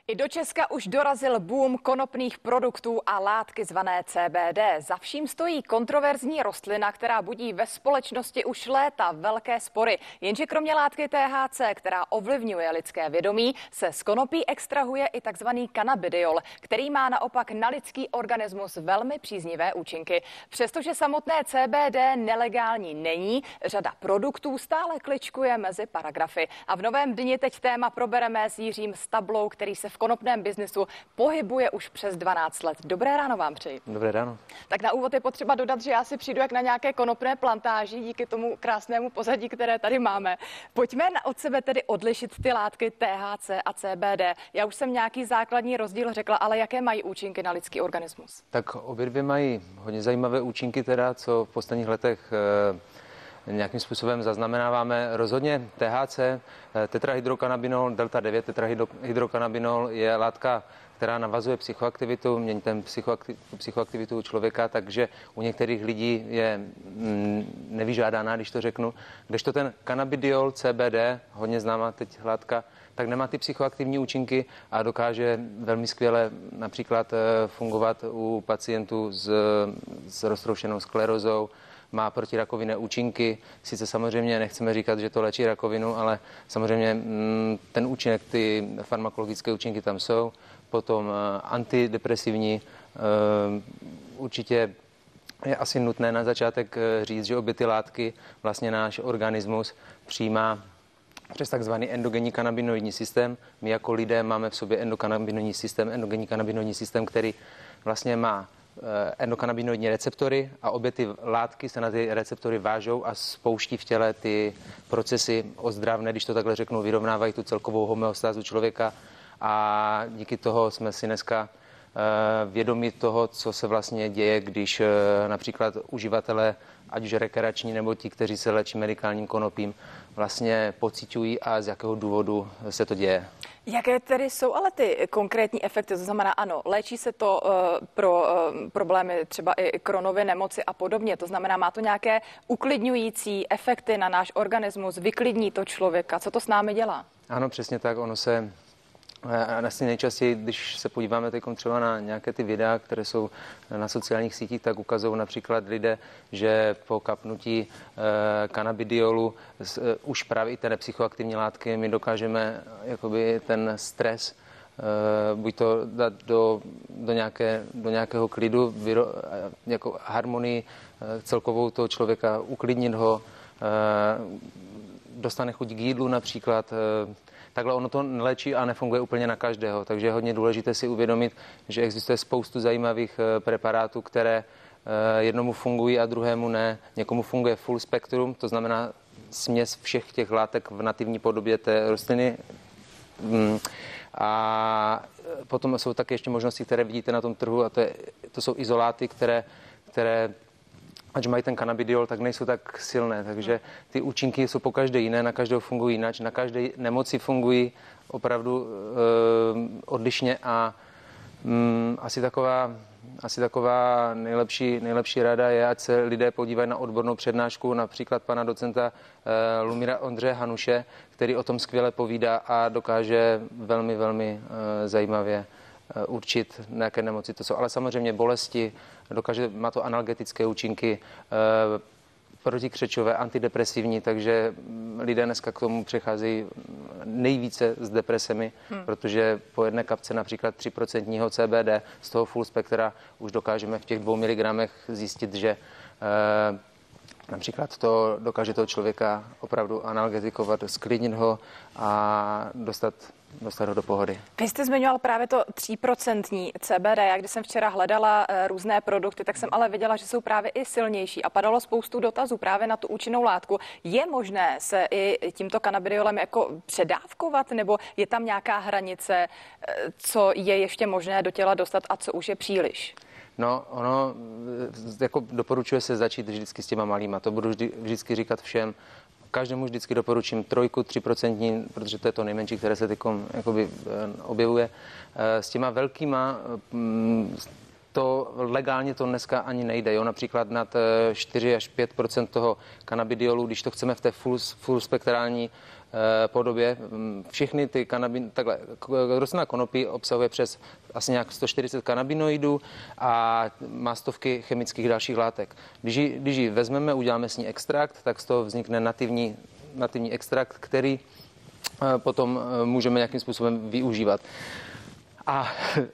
I do Česka už dorazil boom konopných produktů a látky zvané CBD. Za vším stojí kontroverzní rostlina, která budí ve společnosti už léta velké spory. Jenže kromě látky THC, která ovlivňuje lidské vědomí, se z konopí extrahuje i takzvaný cannabidiol, který má naopak na lidský organismus velmi příznivé účinky. Přestože samotné CBD nelegální není, řada produktů stále kličkuje mezi paragrafy. A v Novém dni teď téma probereme s Jiřím Stablou, který se v konopném biznesu pohybuje už přes 12 let. Dobré ráno vám přeji. Dobré ráno. Tak na úvod je potřeba dodat, že já si přijdu jak na nějaké konopné plantáži díky tomu krásnému pozadí, které tady máme. Pojďme od sebe tedy odlišit ty látky THC a CBD. Já už jsem nějaký základní rozdíl řekla, ale jaké mají účinky na lidský organismus? Tak obě dvě mají hodně zajímavé účinky, teda, co v posledních letech nějakým způsobem zaznamenáváme. Rozhodně THC, tetrahydrokannabinol, delta 9 tetrahydrokannabinol je látka, která navazuje psychoaktivitu, mění ten psychoaktivitu člověka, takže u některých lidí je nevyžádaná, když to řeknu. Kdežto ten cannabidiol, CBD, hodně známá teď látka, tak nemá ty psychoaktivní účinky a dokáže velmi skvěle například fungovat u pacientů s roztroušenou sklerózou, má protirakovinné účinky. Sice samozřejmě nechceme říkat, že to léčí rakovinu, ale samozřejmě ten účinek, ty farmakologické účinky tam jsou. Potom antidepresivní. Určitě je asi nutné na začátek říct, že obě ty látky vlastně náš organismus přijímá přes takzvaný endogenní kanabinoidní systém. My jako lidé máme v sobě endogenní kanabinoidní systém, který vlastně má endokannabinoidní receptory a obě ty látky se na ty receptory vážou a spouští v těle ty procesy ozdravné, když to takhle řeknu, vyrovnávají tu celkovou homeostázu člověka a díky toho jsme si dneska vědomi toho, co se vlastně děje, když například uživatelé, ať už rekreační nebo ti, kteří se léčí medikálním konopím, vlastně pociťují a z jakého důvodu se to děje. Jaké tedy jsou ale ty konkrétní efekty? To znamená, ano, léčí se to pro problémy třeba i Crohnovy nemoci a podobně. To znamená, má to nějaké uklidňující efekty na náš organismus, vyklidní to člověka. Co to s námi dělá? Ano, přesně tak. Ono se asi nejčastěji, když se podíváme teď třeba na nějaké ty videa, které jsou na sociálních sítích, tak ukazují například lidé, že po kapnutí cannabidiolu už právě i té psychoaktivní látky my dokážeme jakoby ten stres buď to dát do nějakého klidu, jako harmonii celkovou toho člověka, uklidnit ho, dostane chuť k jídlu například. Takhle ono to neléčí a nefunguje úplně na každého, takže je hodně důležité si uvědomit, že existuje spoustu zajímavých preparátů, které jednomu fungují a druhému ne. Někomu funguje full spektrum, to znamená směs všech těch látek v nativní podobě té rostliny. A potom jsou také ještě možnosti, které vidíte na tom trhu, a to jsou izoláty, které ať mají ten cannabidiol, tak nejsou tak silné, takže ty účinky jsou po každé jiné, na každého fungují jinak, na každé nemoci fungují opravdu odlišně a asi taková nejlepší rada je, ať se lidé podívají na odbornou přednášku, například pana docenta Lumíra Ondřeje Hanuše, který o tom skvěle povídá a dokáže velmi zajímavě určit, na jaké nemoci to jsou. Ale samozřejmě bolesti, má to analgetické účinky, protikřečové, antidepresivní, takže lidé dneska k tomu přecházejí nejvíce s depresemi, protože po jedné kapce například 3% CBD z toho full spektra už dokážeme v těch 2 mg zjistit, že například to dokáže toho člověka opravdu analgetikovat, sklidnit ho a dostat ho do pohody. Vy jste zmiňoval právě to 3% CBD. Já když jsem včera hledala různé produkty, tak jsem ale viděla, že jsou právě i silnější a padalo spoustu dotazů právě na tu účinnou látku. Je možné se i tímto cannabidiolem jako předávkovat, nebo je tam nějaká hranice, co je ještě možné do těla dostat a co už je příliš? No, ono jako doporučuje se začít vždycky s těma malýma. To budu vždycky říkat všem. Každému vždycky doporučím 3%, protože to je to nejmenší, které se teď objevuje. S těma velkýma to legálně to dneska ani nejde. Jo? Například nad 4 až 5% toho cannabidiolu, když to chceme v té full spektrální podobě. Všechny ty rostlina konopí obsahuje přes asi nějak 140 kanabinoidů a má stovky chemických dalších látek. Když ji vezmeme, uděláme s ní extrakt, tak z toho vznikne nativní extrakt, který potom můžeme nějakým způsobem využívat. A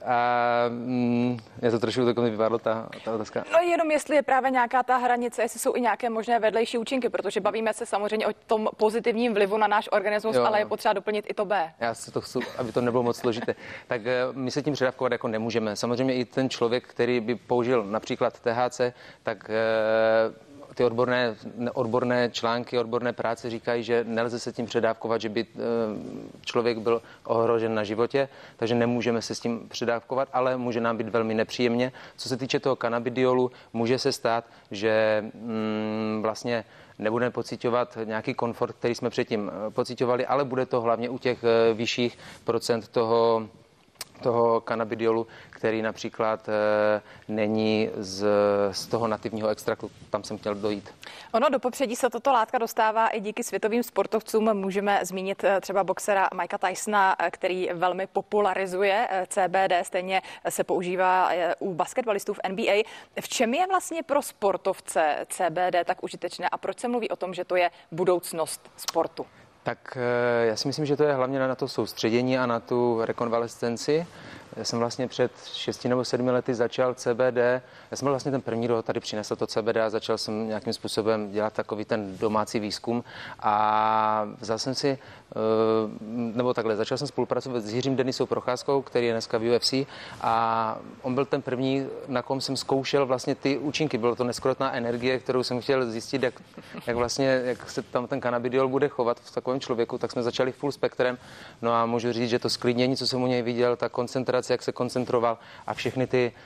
je to trošku takhle vypadlo ta otázka. No jenom jestli je právě nějaká ta hranice, jestli jsou i nějaké možné vedlejší účinky, protože bavíme se samozřejmě o tom pozitivním vlivu na náš organismus, ale je potřeba doplnit i to B. Já si to chci, aby to nebylo moc složité. Tak my se tím předávkovat jako nemůžeme. Samozřejmě i ten člověk, který by použil například THC, tak ty odborné články, odborné práce říkají, že nelze se tím předávkovat, že by člověk byl ohrožen na životě, takže nemůžeme se s tím předávkovat, ale může nám být velmi nepříjemně. Co se týče toho kanabidiolu, může se stát, že vlastně nebudeme pociťovat nějaký komfort, který jsme předtím pociťovali, ale bude to hlavně u těch vyšších procent toho kanabidiolu, který například není z toho nativního extraktu, tam jsem chtěl dojít. Ono do popředí se toto látka dostává i díky světovým sportovcům. Můžeme zmínit třeba boxera Mikea Tysona, který velmi popularizuje CBD, stejně se používá u basketbalistů v NBA. V čem je vlastně pro sportovce CBD tak užitečné a proč se mluví o tom, že to je budoucnost sportu? Tak já si myslím, že to je hlavně na to soustředění a na tu rekonvalescenci. Já jsem vlastně před 6 nebo 7 lety začal CBD. Já jsem byl vlastně ten první, kdo tady přinesl to CBD a začal jsem nějakým způsobem dělat takový ten domácí výzkum a vzal jsem si, začal jsem spolupracovat s Jiřím Denisou Procházkou, který je dneska v UFC a on byl ten první, na kom jsem zkoušel vlastně ty účinky. Bylo to neskrotná energie, kterou jsem chtěl zjistit, jak se tam ten kanabidiol bude chovat v takovém člověku, tak jsme začali full spektrem. No a můžu říct, že to sklidnění, co jsem u něj viděl, ta koncentrace, jak se koncentroval a všechny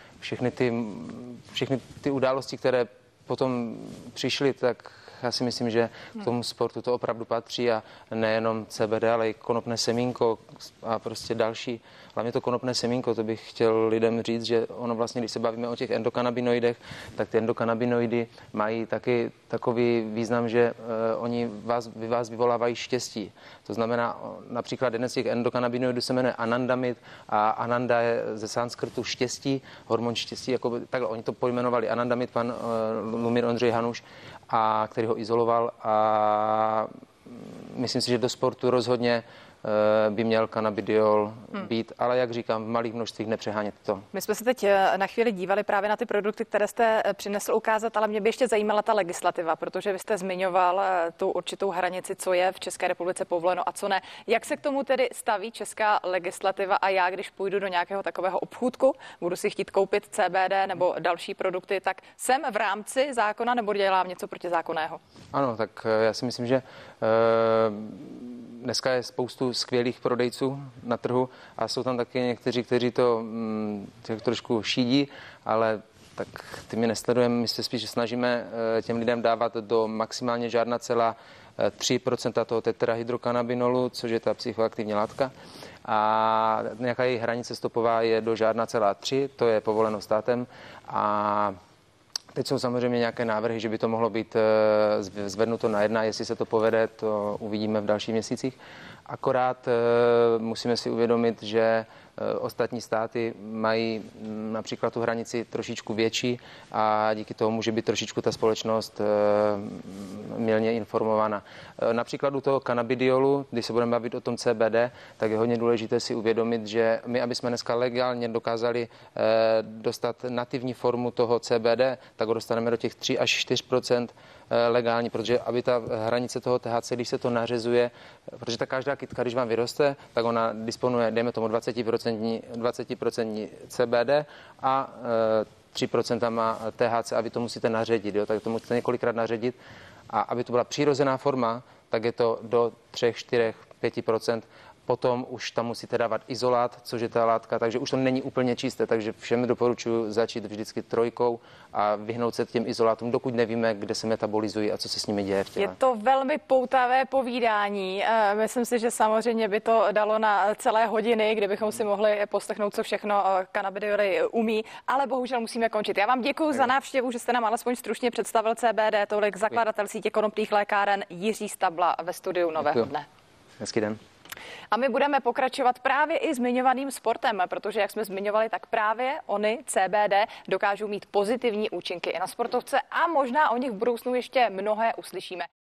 ty události, které potom přišly, tak já si myslím, že k tomu sportu to opravdu patří a nejenom CBD, ale i konopné semínko a prostě další. Hlavně to konopné semínko, to bych chtěl lidem říct, že ono vlastně, když se bavíme o těch endokanabinoidech, tak ty endokanabinoidy mají taky takový význam, že oni vás vyvolávají štěstí. To znamená, například jeden z těch endokanabinoidů se jmenuje anandamid a ananda je ze sanskrtu štěstí, hormon štěstí, jako takhle oni to pojmenovali anandamid, pan Lumír Ondřej Hanuš, a který ho izoloval a myslím si, že do sportu rozhodně by měl kanabidiol být, ale jak říkám, v malých množstvích nepřehánět to. My jsme se teď na chvíli dívali právě na ty produkty, které jste přinesl ukázat, ale mě by ještě zajímala ta legislativa, protože vy jste zmiňoval tu určitou hranici, co je v České republice povoleno a co ne. Jak se k tomu tedy staví česká legislativa a já, když půjdu do nějakého takového obchůdku, budu si chtít koupit CBD nebo další produkty, tak jsem v rámci zákona nebo dělám něco protizákonného? Ano, tak já si myslím, že dneska je spoustu skvělých prodejců na trhu a jsou tam taky někteří, kteří to trošku šídí, ale tak ty my nesledujeme, my se spíš snažíme těm lidem dávat do maximálně žádná celá 3% toho tetrahydrokanabinolu, což je ta psychoaktivní látka. A nějaká její hranice stopová je do žádná celá 3, to je povoleno státem a teď jsou samozřejmě nějaké návrhy, že by to mohlo být zvednuto na 1, jestli se to povede, to uvidíme v dalších měsících. Akorát musíme si uvědomit, že ostatní státy mají například tu hranici trošičku větší a díky tomu může být trošičku ta společnost mylně informována. Například u toho kanabidiolu, když se budeme bavit o tom CBD, tak je hodně důležité si uvědomit, že my, aby jsme dneska legálně dokázali dostat nativní formu toho CBD, tak ho dostaneme do těch 3 až 4% legální, protože aby ta hranice toho THC, když se to nařezuje, protože ta každá kytka, když vám vyroste, tak ona disponuje, dejme tomu 20% CBD a 3% má THC a vy to musíte naředit, jo? Tak to musíte několikrát naředit a aby to byla přirozená forma, tak je to do 3, 4, 5%. Potom už tam musíte dávat izolát, což je ta látka, takže už to není úplně čisté, takže všem doporučuji začít vždycky 3 a vyhnout se těm izolátům, dokud nevíme, kde se metabolizují a co se s nimi děje v těle. Je to velmi poutavé povídání. Myslím si, že samozřejmě by to dalo na celé hodiny, kdybychom si mohli poslechnout, co všechno kanabidioly umí, ale bohužel musíme končit. Já vám děkuji za návštěvu, že jste nám alespoň stručně představil CBD, tolik zakladatel sítě konopných lékáren Jiří Stabla ve studiu Nového dne. Hezký den. A my budeme pokračovat právě i zmiňovaným sportem, protože, jak jsme zmiňovali, tak právě ony CBD dokážou mít pozitivní účinky i na sportovce a možná o nich v budoucnu ještě mnohé uslyšíme.